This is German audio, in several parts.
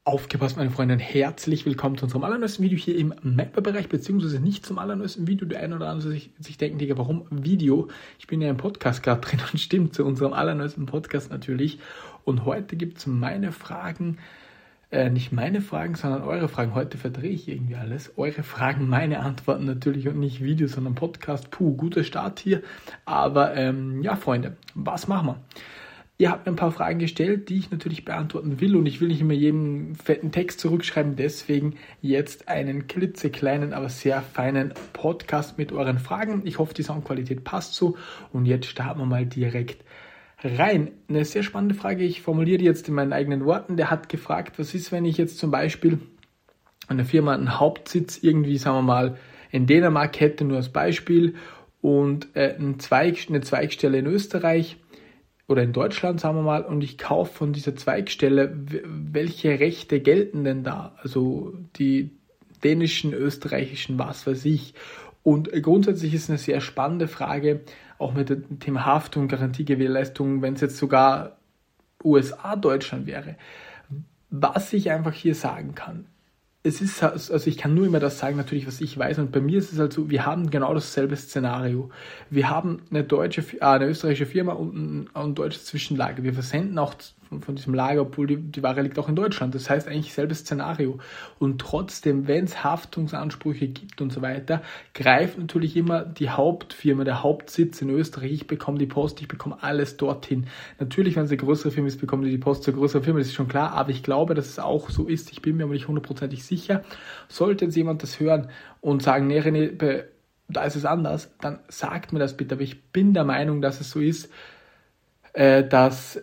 Aufgepasst, meine Freunde, herzlich willkommen zu unserem allerneuesten Video hier im Mapper-Bereich, beziehungsweise nicht zum allerneuesten Video. Der eine oder andere sich denken, Digga, warum Video? Ich bin ja im Podcast gerade drin und stimmt, zu unserem allerneuesten Podcast natürlich. Und heute gibt es meine Fragen, nicht meine Fragen, sondern eure Fragen. Heute verdrehe ich irgendwie alles. Eure Fragen, meine Antworten natürlich und nicht Video, sondern Podcast. Puh, guter Start hier. Aber ja, Freunde, was machen wir? Ihr habt mir ein paar Fragen gestellt, die ich natürlich beantworten will und ich will nicht immer jedem fetten Text zurückschreiben, deswegen jetzt einen klitzekleinen, aber sehr feinen Podcast mit euren Fragen. Ich hoffe, die Soundqualität passt so und jetzt starten wir mal direkt rein. Eine sehr spannende Frage, ich formuliere die jetzt in meinen eigenen Worten. Der hat gefragt, was ist, wenn ich jetzt zum Beispiel eine Firma einen Hauptsitz irgendwie, sagen wir mal, in Dänemark hätte, nur als Beispiel, und eine Zweigstelle in Österreich, oder in Deutschland, sagen wir mal, und ich kaufe von dieser Zweigstelle, welche Rechte gelten denn da? Also die dänischen, österreichischen, was weiß ich. Und grundsätzlich ist eine sehr spannende Frage, auch mit dem Thema Haftung, Garantiegewährleistung, wenn es jetzt sogar USA, Deutschland wäre. Was ich einfach hier sagen kann, es ist, also ich kann nur immer das sagen, natürlich, was ich weiß, und bei mir ist es halt so, wir haben genau dasselbe Szenario. Wir haben eine österreichische Firma und ein deutsches Zwischenlager. Wir versenden auch von diesem Lager, obwohl die Ware liegt auch in Deutschland. Das heißt eigentlich selbes Szenario. Und trotzdem, wenn es Haftungsansprüche gibt und so weiter, greift natürlich immer die Hauptfirma, der Hauptsitz in Österreich. Ich bekomme die Post, ich bekomme alles dorthin. Natürlich, wenn es eine größere Firma ist, bekommen die Post zur größeren Firma, das ist schon klar. Aber ich glaube, dass es auch so ist. Ich bin mir aber nicht hundertprozentig sicher. Sollte jetzt jemand das hören und sagen, nee, René, da ist es anders, dann sagt mir das bitte. Aber ich bin der Meinung, dass es so ist, dass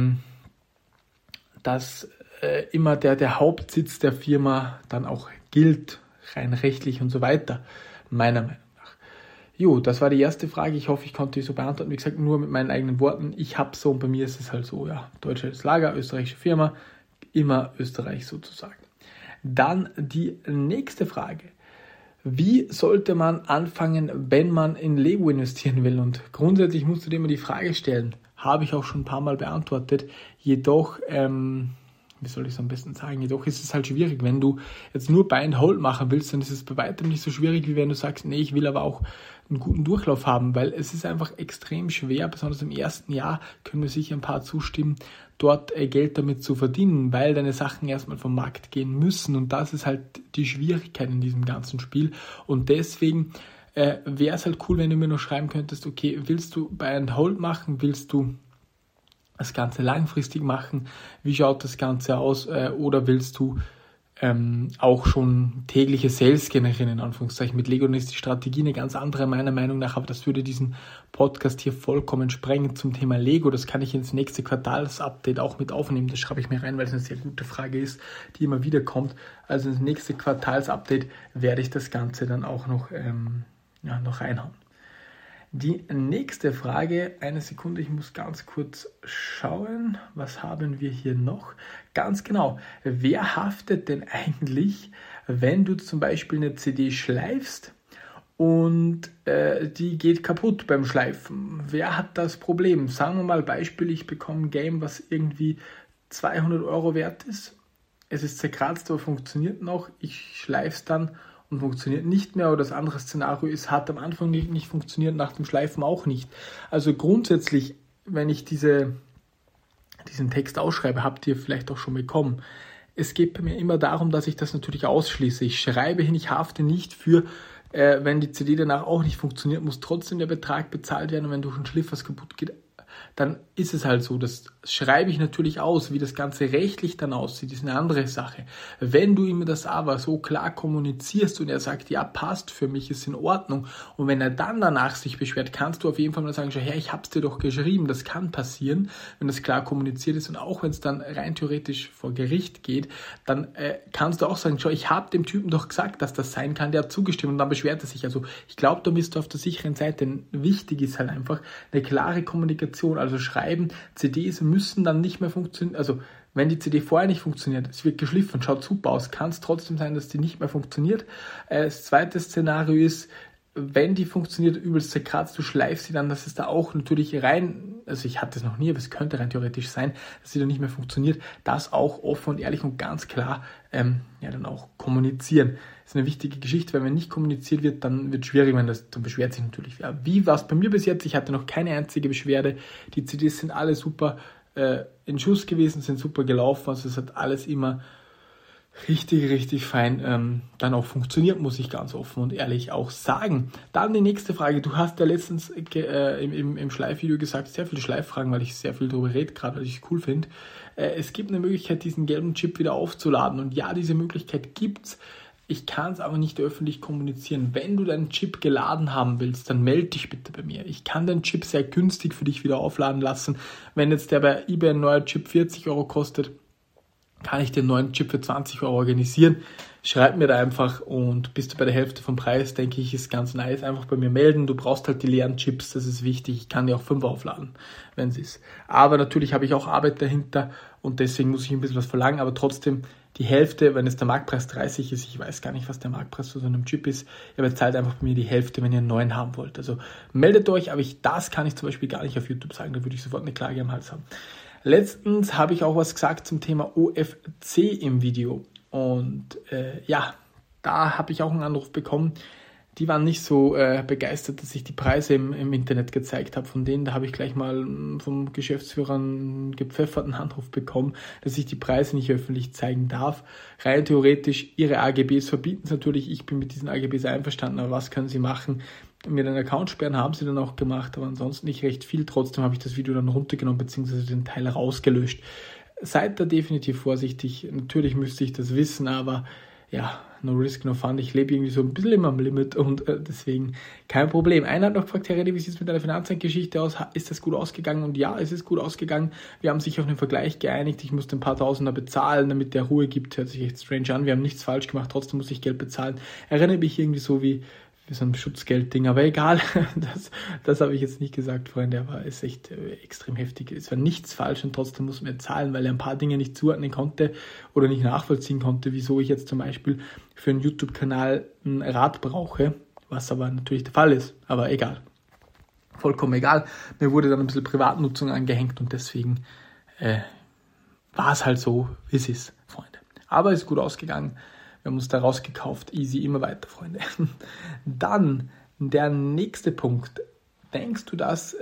immer der Hauptsitz der Firma dann auch gilt, rein rechtlich und so weiter, meiner Meinung nach. Jo, das war die erste Frage. Ich hoffe, ich konnte die so beantworten. Wie gesagt, nur mit meinen eigenen Worten. Ich habe so und bei mir ist es halt so, ja, deutsches Lager, österreichische Firma, immer Österreich sozusagen. Dann die nächste Frage. Wie sollte man anfangen, wenn man in Lego investieren will? Und grundsätzlich musst du dir immer die Frage stellen, habe ich auch schon ein paar Mal beantwortet, jedoch, wie soll ich es am besten sagen, jedoch ist es halt schwierig, wenn du jetzt nur Buy and Hold machen willst, dann ist es bei weitem nicht so schwierig, wie wenn du sagst, nee, ich will aber auch einen guten Durchlauf haben, weil es ist einfach extrem schwer, besonders im ersten Jahr, können wir sicher ein paar zustimmen, dort Geld damit zu verdienen, weil deine Sachen erstmal vom Markt gehen müssen und das ist halt die Schwierigkeit in diesem ganzen Spiel und deswegen wäre es halt cool, wenn du mir noch schreiben könntest, okay, willst du Buy and Hold machen, willst du das Ganze langfristig machen, wie schaut das Ganze aus oder willst du auch schon tägliche Sales generieren, in Anführungszeichen. Mit Lego ist die Strategie eine ganz andere, meiner Meinung nach, aber das würde diesen Podcast hier vollkommen sprengen zum Thema Lego. Das kann ich ins nächste Quartalsupdate auch mit aufnehmen. Das schreibe ich mir rein, weil es eine sehr gute Frage ist, die immer wieder kommt. Also ins nächste Quartalsupdate werde ich das Ganze dann auch noch reinhauen. Die nächste Frage, eine Sekunde, ich muss ganz kurz schauen, was haben wir hier noch? Ganz genau, wer haftet denn eigentlich, wenn du zum Beispiel eine CD schleifst und die geht kaputt beim Schleifen? Wer hat das Problem? Sagen wir mal Beispiel, ich bekomme ein Game, was irgendwie 200 Euro wert ist. Es ist zerkratzt, aber funktioniert noch. Ich schleife es dann und funktioniert nicht mehr, oder das andere Szenario ist, hat am Anfang nicht funktioniert, nach dem Schleifen auch nicht. Also grundsätzlich, wenn ich diesen Text ausschreibe, habt ihr vielleicht auch schon bekommen. Es geht bei mir immer darum, dass ich das natürlich ausschließe. Ich schreibe hin, ich hafte nicht für, wenn die CD danach auch nicht funktioniert, muss trotzdem der Betrag bezahlt werden und wenn durch einen Schliff was kaputt geht, dann ist es halt so, das schreibe ich natürlich aus, wie das Ganze rechtlich dann aussieht, ist eine andere Sache. Wenn du ihm das aber so klar kommunizierst und er sagt, ja, passt für mich, ist in Ordnung und wenn er dann danach sich beschwert, kannst du auf jeden Fall mal sagen, schau her, ich hab's dir doch geschrieben, das kann passieren, wenn das klar kommuniziert ist und auch wenn es dann rein theoretisch vor Gericht geht, dann kannst du auch sagen, schau, ich habe dem Typen doch gesagt, dass das sein kann, der hat zugestimmt und dann beschwert er sich. Also ich glaube, da bist du auf der sicheren Seite, denn wichtig ist halt einfach eine klare Kommunikation. Also schreiben, CDs müssen dann nicht mehr funktionieren, also wenn die CD vorher nicht funktioniert, es wird geschliffen, schaut super aus, kann es trotzdem sein, dass die nicht mehr funktioniert. Das zweite Szenario ist, wenn die funktioniert, übelst zerkratzt, du schleifst sie dann, dass es da auch natürlich rein, also ich hatte es noch nie, aber es könnte rein theoretisch sein, dass sie dann nicht mehr funktioniert, das auch offen und ehrlich und ganz klar dann auch kommunizieren. Das ist eine wichtige Geschichte, weil wenn nicht kommuniziert wird, dann wird es schwierig, dann beschwert sich natürlich. Ja, wie war es bei mir bis jetzt? Ich hatte noch keine einzige Beschwerde. Die CDs sind alle super in Schuss gewesen, sind super gelaufen, also es hat alles immer richtig fein dann auch funktioniert, muss ich ganz offen und ehrlich auch sagen. Dann die nächste Frage. Du hast ja letztens im Schleifvideo gesagt, sehr viele Schleiffragen, weil ich sehr viel darüber rede, gerade weil ich es cool finde. Es gibt eine Möglichkeit, diesen gelben Chip wieder aufzuladen. Und ja, diese Möglichkeit gibt's. Ich kann es aber nicht öffentlich kommunizieren. Wenn du deinen Chip geladen haben willst, dann melde dich bitte bei mir. Ich kann den Chip sehr günstig für dich wieder aufladen lassen. Wenn jetzt der bei eBay ein neuer Chip 40 Euro kostet, kann ich den neuen Chip für 20 Euro organisieren. Schreib mir da einfach und bist du bei der Hälfte vom Preis, denke ich, ist ganz nice. Einfach bei mir melden. Du brauchst halt die leeren Chips, das ist wichtig. Ich kann dir auch 5 aufladen, wenn es ist. Aber natürlich habe ich auch Arbeit dahinter und deswegen muss ich ein bisschen was verlangen, aber trotzdem die Hälfte, wenn es der Marktpreis 30 ist, ich weiß gar nicht, was der Marktpreis für so einem Chip ist, aber bezahlt einfach bei mir die Hälfte, wenn ihr einen neuen haben wollt. Also meldet euch, aber das kann ich zum Beispiel gar nicht auf YouTube sagen, da würde ich sofort eine Klage am Hals haben. Letztens habe ich auch was gesagt zum Thema OFC im Video und da habe ich auch einen Anruf bekommen. Die waren nicht so begeistert, dass ich die Preise im Internet gezeigt habe. Von denen, da habe ich gleich mal vom Geschäftsführer einen gepfefferten Anruf bekommen, dass ich die Preise nicht öffentlich zeigen darf. Rein theoretisch, ihre AGBs verbieten es natürlich. Ich bin mit diesen AGBs einverstanden, aber was können sie machen? Mir den Account sperren haben sie dann auch gemacht, aber ansonsten nicht recht viel. Trotzdem habe ich das Video dann runtergenommen bzw. den Teil rausgelöscht. Seid da definitiv vorsichtig. Natürlich müsste ich das wissen, aber ja, no risk, no fun. Ich lebe irgendwie so ein bisschen immer am Limit und deswegen kein Problem. Einer hat noch gefragt, Herr Rede, wie sieht es mit deiner Finanzgeschichte aus? Ist das gut ausgegangen? Und ja, es ist gut ausgegangen. Wir haben sich auf einen Vergleich geeinigt. Ich musste ein paar Tausender bezahlen, damit der Ruhe gibt. Hört sich echt strange an. Wir haben nichts falsch gemacht, trotzdem muss ich Geld bezahlen. Erinnert mich irgendwie so wie so ein Schutzgeldding, aber egal, das habe ich jetzt nicht gesagt, Freunde, aber es ist echt extrem heftig. Es war nichts falsch und trotzdem muss man zahlen, weil er ein paar Dinge nicht zuordnen konnte oder nicht nachvollziehen konnte, wieso ich jetzt zum Beispiel für einen YouTube-Kanal ein Rad brauche, was aber natürlich der Fall ist, aber egal. Vollkommen egal. Mir wurde dann ein bisschen Privatnutzung angehängt und deswegen war es halt so, wie es ist, Freunde. Aber es ist gut ausgegangen. Wir haben uns da rausgekauft. Easy, immer weiter, Freunde. Dann der nächste Punkt. Denkst du, dass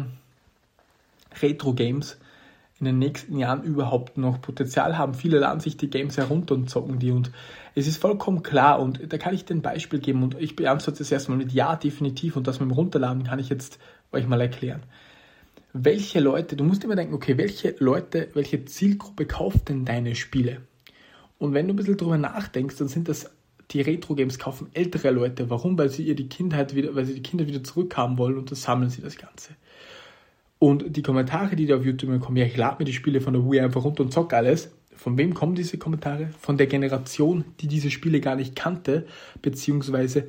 Retro-Games in den nächsten Jahren überhaupt noch Potenzial haben? Viele laden sich die Games herunter und zocken die. Und es ist vollkommen klar. Und da kann ich dir ein Beispiel geben. Und ich beantworte es erstmal mit Ja, definitiv. Und das mit dem Runterladen kann ich jetzt euch mal erklären. Welche Leute, du musst immer denken, okay, welche Zielgruppe kauft denn deine Spiele? Und wenn du ein bisschen drüber nachdenkst, dann sind das die Retro-Games kaufen ältere Leute. Warum? Weil sie die Kinder wieder zurückhaben wollen und das sammeln sie das Ganze. Und die Kommentare, die da auf YouTube kommen, ja, ich lade mir die Spiele von der Wii einfach runter und zock alles. Von wem kommen diese Kommentare? Von der Generation, die diese Spiele gar nicht kannte, beziehungsweise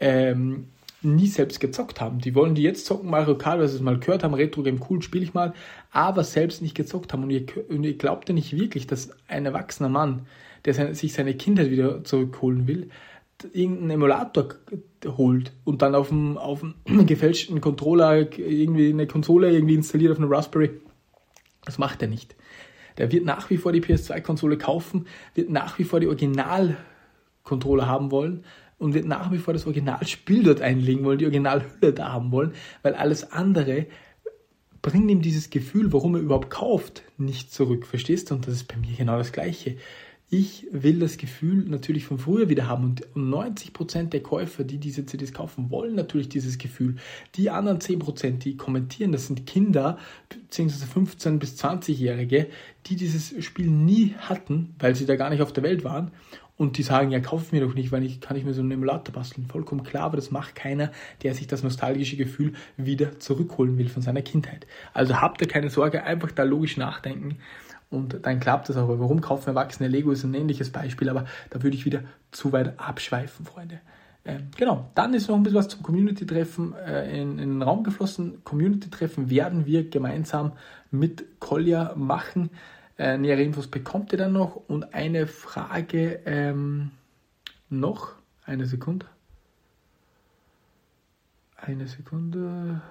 nie selbst gezockt haben. Die wollen die jetzt zocken, Mario Kart, weil sie es mal gehört haben, Retro-Game, cool, spiele ich mal, aber selbst nicht gezockt haben. Und ihr glaubt ja nicht wirklich, dass ein erwachsener Mann, der sich seine Kindheit wieder zurückholen will, irgendeinen Emulator holt und dann auf einem gefälschten Controller irgendwie eine Konsole irgendwie installiert auf einem Raspberry. Das macht er nicht. Der wird nach wie vor die PS2-Konsole kaufen, wird nach wie vor die Original-Controller haben wollen und wird nach wie vor das Originalspiel dort einlegen wollen, die Originalhülle da haben wollen, weil alles andere bringt ihm dieses Gefühl, warum er überhaupt kauft, nicht zurück. Verstehst du? Und das ist bei mir genau das Gleiche. Ich will das Gefühl natürlich von früher wieder haben und 90% der Käufer, die diese CDs kaufen, wollen natürlich dieses Gefühl. Die anderen 10%, die kommentieren, das sind Kinder, beziehungsweise 15- bis 20-Jährige, die dieses Spiel nie hatten, weil sie da gar nicht auf der Welt waren und die sagen, ja, kauf mir doch nicht, weil kann ich mir so einen Emulator basteln. Vollkommen klar, aber das macht keiner, der sich das nostalgische Gefühl wieder zurückholen will von seiner Kindheit. Also habt ihr keine Sorge, einfach da logisch nachdenken. Und dann klappt das auch. Warum kaufen Erwachsene Lego? Ist ein ähnliches Beispiel, aber da würde ich wieder zu weit abschweifen, Freunde. Genau, dann ist noch ein bisschen was zum Community-Treffen in den Raum geflossen. Community-Treffen werden wir gemeinsam mit Kolja machen. Nähere Infos bekommt ihr dann noch. Und eine Frage noch. Eine Sekunde. Eine Sekunde.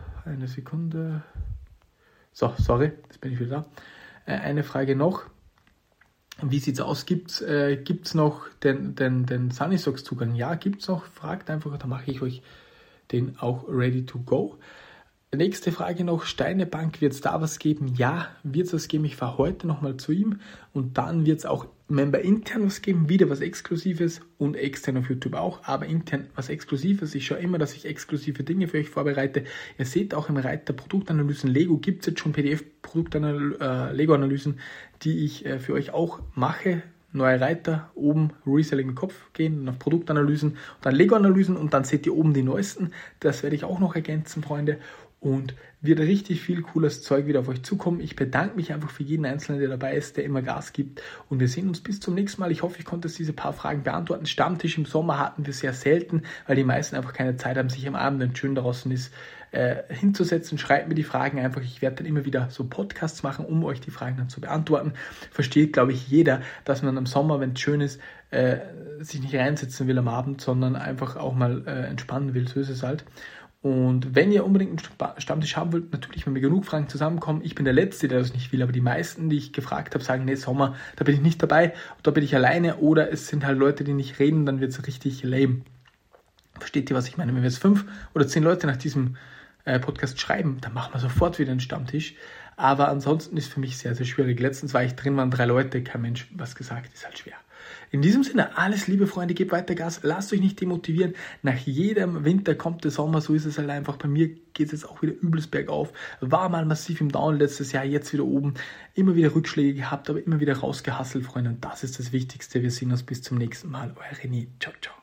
So, sorry, jetzt bin ich wieder da. Eine Frage noch. Wie sieht's aus? Gibt's noch den Sunnysocks-Zugang? Ja, gibt's noch. Fragt einfach, da mache ich euch den auch ready to go. Nächste Frage noch, Steinebank, wird es da was geben? Ja, wird es was geben. Ich fahre heute nochmal zu ihm und dann wird es auch Member intern was geben, wieder was Exklusives und extern auf YouTube auch, aber intern was Exklusives. Ich schaue immer, dass ich exklusive Dinge für euch vorbereite. Ihr seht auch im Reiter Produktanalysen Lego, gibt es jetzt schon PDF-Lego-Analysen, die ich für euch auch mache. Neue Reiter, oben Reselling mit Kopf gehen, dann auf Produktanalysen, dann Lego-Analysen und dann seht ihr oben die neuesten. Das werde ich auch noch ergänzen, Freunde. Und wird richtig viel cooles Zeug wieder auf euch zukommen. Ich bedanke mich einfach für jeden Einzelnen, der dabei ist, der immer Gas gibt. Und wir sehen uns bis zum nächsten Mal. Ich hoffe, ich konnte diese paar Fragen beantworten. Stammtisch im Sommer hatten wir sehr selten, weil die meisten einfach keine Zeit haben, sich am Abend, wenn es schön draußen ist, hinzusetzen. Schreibt mir die Fragen einfach. Ich werde dann immer wieder so Podcasts machen, um euch die Fragen dann zu beantworten. Versteht, glaube ich, jeder, dass man im Sommer, wenn es schön ist, sich nicht reinsetzen will am Abend, sondern einfach auch mal entspannen will. So ist es halt. Und wenn ihr unbedingt einen Stammtisch haben wollt, natürlich, wenn wir genug Fragen zusammenkommen, ich bin der Letzte, der das nicht will, aber die meisten, die ich gefragt habe, sagen, nee, Sommer, da bin ich nicht dabei, da bin ich alleine, oder es sind halt Leute, die nicht reden, dann wird es richtig lame. Versteht ihr, was ich meine? Wenn wir jetzt 5 oder 10 Leute nach diesem Podcast schreiben, dann machen wir sofort wieder einen Stammtisch. Aber ansonsten ist für mich sehr, sehr schwierig. Letztens war ich drin, waren 3 Leute, kein Mensch was gesagt, ist halt schwer. In diesem Sinne, alles Liebe, Freunde, gebt weiter Gas, lasst euch nicht demotivieren. Nach jedem Winter kommt der Sommer, so ist es halt einfach. Bei mir geht es jetzt auch wieder übelst bergauf. War mal massiv im Down letztes Jahr, jetzt wieder oben. Immer wieder Rückschläge gehabt, aber immer wieder rausgehustelt, Freunde. Und das ist das Wichtigste. Wir sehen uns bis zum nächsten Mal. Euer René. Ciao, ciao.